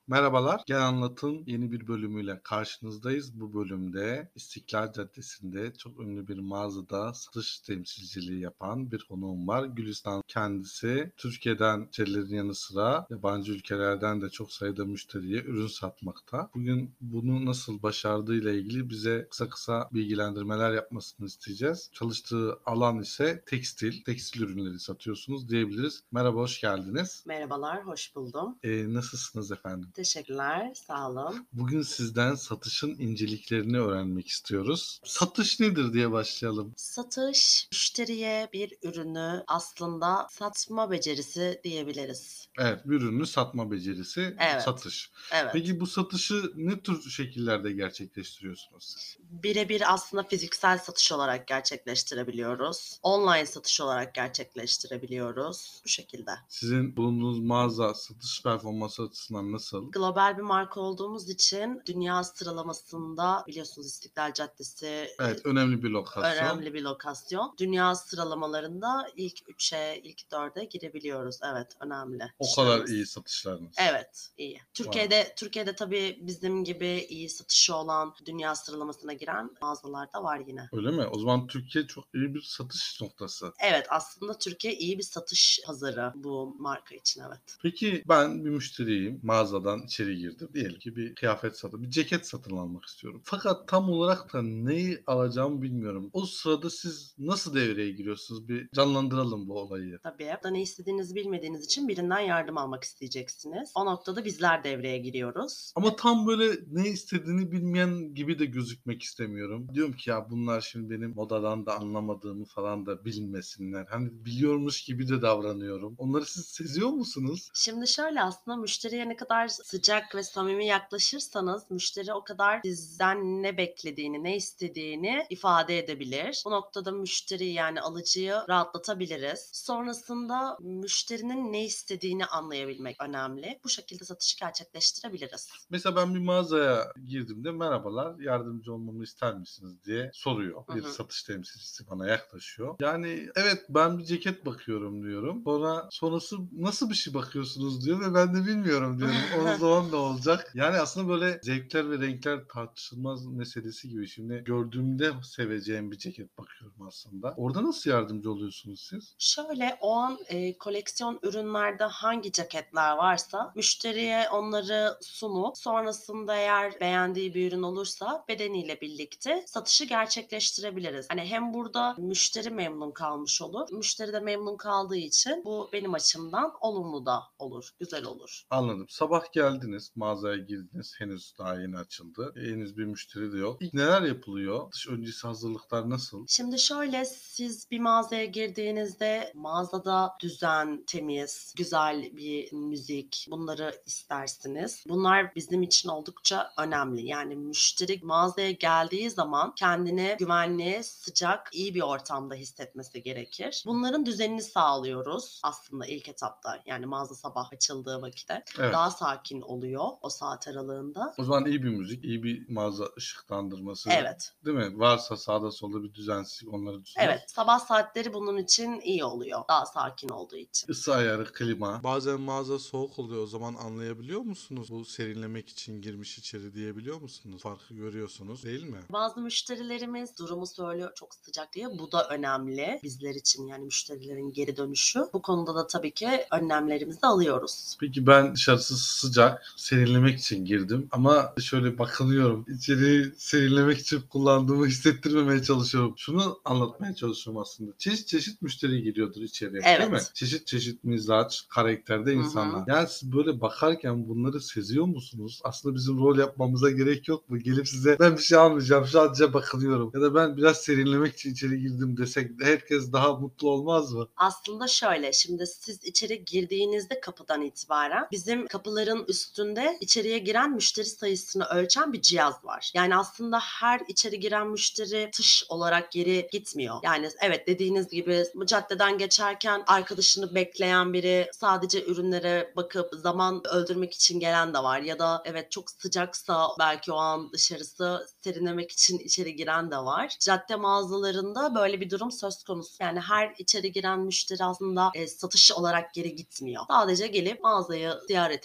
Merhabalar, Gel Anlat'ın yeni bir bölümüyle karşınızdayız. Bu bölümde İstiklal Caddesi'nde çok ünlü bir mağazada satış temsilciliği yapan bir konuğum var. Gülistan kendisi Türkiye'den müşterilerin yanı sıra yabancı ülkelerden de çok sayıda müşteriye ürün satmakta. Bugün bunu nasıl başardığıyla ilgili bize kısa kısa bilgilendirmeler yapmasını isteyeceğiz. Çalıştığı alan ise tekstil ürünleri satıyorsunuz diyebiliriz. Merhaba, hoş geldiniz. Merhabalar, hoş buldum. Nasılsınız efendim? Teşekkürler, sağ olun. Bugün sizden satışın inceliklerini öğrenmek istiyoruz. Satış nedir diye başlayalım. Satış, müşteriye bir ürünü aslında satma becerisi diyebiliriz. Evet, bir ürünü satma becerisi, Evet, satış. evet. Peki bu satışı ne tür şekillerde gerçekleştiriyorsunuz siz? Birebir aslında fiziksel satış olarak gerçekleştirebiliyoruz. Online satış olarak gerçekleştirebiliyoruz. Bu şekilde. Sizin bulunduğunuz mağaza satış performansı açısından nasıl? Global bir marka olduğumuz için dünya sıralamasında biliyorsunuz İstiklal Caddesi Evet, önemli bir lokasyon. önemli bir lokasyon. Dünya sıralamalarında ilk 3'e, ilk 4'e girebiliyoruz. Evet, önemli O kadar iyi işlerimiz. satışlarınız. Evet, iyi. Wow. Türkiye'de tabii bizim gibi iyi satışı olan, dünya sıralamasına giren mağazalar da var yine. Öyle mi? O zaman Türkiye çok iyi bir satış noktası. Evet, aslında Türkiye iyi bir satış pazarı bu marka için, evet. Peki ben bir müşteriyim. Mağazadan içeri girdim. Diyelim ki bir kıyafet bir ceket satın almak istiyorum. Fakat tam olarak da neyi alacağımı bilmiyorum. O sırada siz nasıl devreye giriyorsunuz? Bir canlandıralım bu olayı. Tabii. Da ne istediğinizi bilmediğiniz için birinden yardım almak isteyeceksiniz. O noktada bizler devreye giriyoruz. Ama tam böyle ne istediğini bilmeyen gibi de gözükmek istemiyorum. Diyorum ki ya bunlar şimdi benim modadan da anlamadığımı falan da bilmesinler. Hani biliyormuş gibi de davranıyorum. Onları siz seziyor musunuz? Şimdi şöyle aslında müşteriye ne kadar sıcak ve samimi yaklaşırsanız müşteri o kadar sizden ne beklediğini, ne istediğini ifade edebilir. Bu noktada müşteriyi yani alıcıyı rahatlatabiliriz. Sonrasında müşterinin ne istediğini anlayabilmek önemli. Bu şekilde satışı gerçekleştirebiliriz. Mesela ben bir mağazaya girdiğimde merhabalar yardımcı olmamı ister misiniz diye soruyor. Hı Bir hı. satış temsilcisi bana yaklaşıyor. Yani evet ben bir ceket bakıyorum diyorum. Sonrası nasıl bir şey bakıyorsunuz diyor ve ben de bilmiyorum diyorum. O zaman ne olacak? Yani aslında böyle zevkler ve renkler tartışılmaz meselesi gibi. Şimdi gördüğümde seveceğim bir ceket bakıyorum aslında. Orada nasıl yardımcı oluyorsunuz siz? Şöyle, o an, koleksiyon ürünlerde hangi ceketler varsa müşteriye onları sunup sonrasında eğer beğendiği bir ürün olursa bedeniyle birlikte satışı gerçekleştirebiliriz. Hani hem burada müşteri memnun kalmış olur, müşteri de memnun kaldığı için bu benim açımdan olumlu da olur, güzel olur. Anladım. Sabah geldiniz, mağazaya girdiniz. Henüz daha yeni açıldı. Henüz bir müşteri de yok. İlk neler yapılıyor? Dış öncesi hazırlıklar nasıl? Şimdi şöyle, siz bir mağazaya girdiğinizde mağazada düzen, temiz, güzel bir müzik bunları istersiniz. Bunlar bizim için oldukça önemli. Yani müşteri mağazaya geldiği zaman kendini güvenli, sıcak, iyi bir ortamda hissetmesi gerekir. Bunların düzenini sağlıyoruz aslında ilk etapta. Yani mağaza sabah açıldığı vakitte. Daha Evet. sakin oluyor o saat aralığında. O zaman iyi bir müzik, iyi bir mağaza ışıklandırması, Evet. değil mi? Varsa sağda solda bir düzensizlik onları Evet, düzelt. sabah saatleri bunun için iyi oluyor. Daha sakin olduğu için. Isı ayarı, klima. Bazen mağaza soğuk oluyor. O zaman anlayabiliyor musunuz? Bu serinlemek için girmiş içeri diyebiliyor musunuz? Farkı görüyorsunuz değil mi? Bazı müşterilerimiz durumu söylüyor çok sıcak diye. Bu da önemli bizler için yani müşterilerin geri dönüşü. Bu konuda da tabii ki önlemlerimizi alıyoruz. Peki ben dışarısı sıcak, serinlemek için girdim ama şöyle bakınıyorum. İçeriği serinlemek için kullandığımı hissettirmemeye çalışıyorum. Şunu anlatmaya çalışıyorum aslında. Çeşit çeşit müşteri giriyordur içeriye, değil mi? Evet. Çeşit çeşit mizaç, karakterde Hı insanlar. hı. Yani siz böyle bakarken bunları seziyor musunuz? Aslında bizim rol yapmamıza gerek yok mu? Gelip size ben bir şey almayacağım, sadece bakılıyorum. Ya da ben biraz serinlemek için içeri girdim desek herkes daha mutlu olmaz mı? Aslında şöyle, şimdi siz içeri girdiğinizde kapıdan itibaren bizim kapıların üstünde içeriye giren müşteri sayısını ölçen bir cihaz var. Yani aslında her içeri giren müşteri tış olarak geri gitmiyor. Yani evet dediğiniz gibi caddeden geçerken arkadaşını bekleyen biri sadece ürünlere bakıp zaman öldürmek için gelen de var. Ya da evet çok sıcaksa belki o an dışarısı serinlemek için içeri giren de var. Cadde mağazalarında böyle bir durum söz konusu. Yani her içeri giren müşteri aslında satış olarak geri gitmiyor. Sadece gelip mağazayı ziyaret edip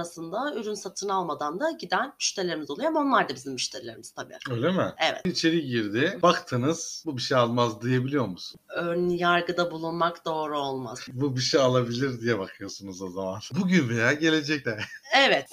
sonrasında ürün satın almadan da giden müşterilerimiz oluyor ama onlar da bizim müşterilerimiz tabii. Öyle mi? Evet. İçeri girdi. Baktınız bu bir şey almaz diyebiliyor musun? Ön yargıda bulunmak doğru olmaz. Bu bir şey alabilir diye bakıyorsunuz o zaman. Bugün veya gelecekte. Evet.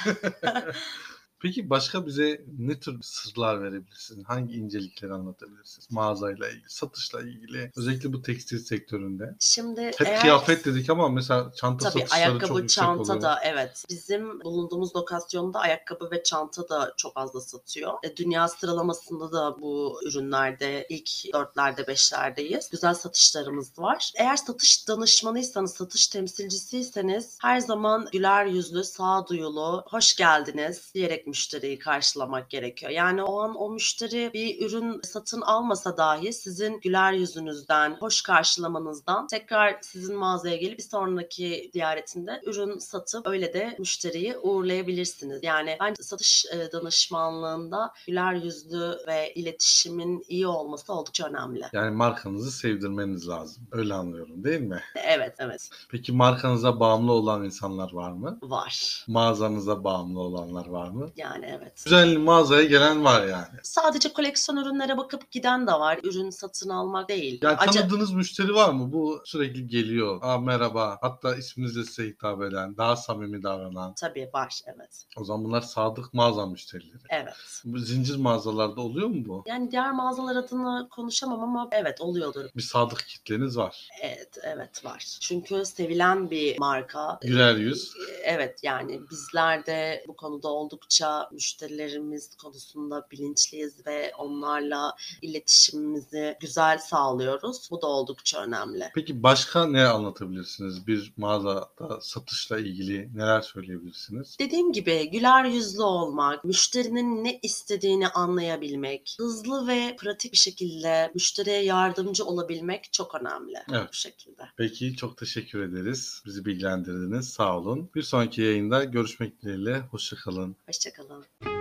Peki başka bize ne tür sırlar verebilirsiniz? Hangi incelikleri anlatabilirsiniz? Mağazayla ilgili, satışla ilgili. Özellikle bu tekstil sektöründe. Şimdi Hep eğer kıyafet dedik ama mesela çanta tabii satışları çok ayakkabı, yüksek çanta oluyor. da evet. Bizim bulunduğumuz lokasyonda ayakkabı ve çanta da çok fazla satıyor. Dünya sıralamasında da bu ürünlerde ilk 4'lerde 5'lerdeyiz. Güzel satışlarımız var. Eğer satış danışmanıysanız, satış temsilcisiyseniz her zaman güler yüzlü, sağduyulu, hoş geldiniz diyerek müşteriyi karşılamak gerekiyor. Yani o an o müşteri bir ürün satın almasa dahi sizin güler yüzünüzden, hoş karşılamanızdan tekrar sizin mağazaya gelip bir sonraki ziyaretinde ürün satıp öyle de müşteriyi uğurlayabilirsiniz. Yani bence satış danışmanlığında güler yüzlü ve iletişimin iyi olması oldukça önemli. Yani markanızı sevdirmeniz lazım. Öyle anlıyorum değil mi? Evet, evet. Peki markanıza bağımlı olan insanlar var mı? Var. Mağazanıza bağımlı olanlar var mı? Yani evet. Güzel mağazaya gelen var yani. Sadece koleksiyon ürünlere bakıp giden de var. Ürün satın almak değil. Yani tanıdığınız müşteri var mı? Bu sürekli geliyor. Aa merhaba. Hatta isminizle size hitap eden, daha samimi davranan. Tabii var, evet. O zaman bunlar sadık mağaza müşterileri. Evet. Bu zincir mağazalarda oluyor mu bu? Yani diğer mağazalar adına konuşamam ama evet oluyordur. Bir sadık kitleniz var. Evet, evet var. Çünkü sevilen bir marka. Güler yüz. Evet, yani bizler de bu konuda oldukça müşterilerimiz konusunda bilinçliyiz ve onlarla iletişimimizi güzel sağlıyoruz. Bu da oldukça önemli. Peki başka ne anlatabilirsiniz? Bir mağazada satışla ilgili neler söyleyebilirsiniz? Dediğim gibi güler yüzlü olmak, müşterinin ne istediğini anlayabilmek, hızlı ve pratik bir şekilde müşteriye yardımcı olabilmek çok önemli. Evet. Bu şekilde. Peki çok teşekkür ederiz. Bizi bilgilendirdiniz. Sağ olun. Bir sonraki yayında görüşmek dileğiyle. Hoşça kalın. Hoşça kalın.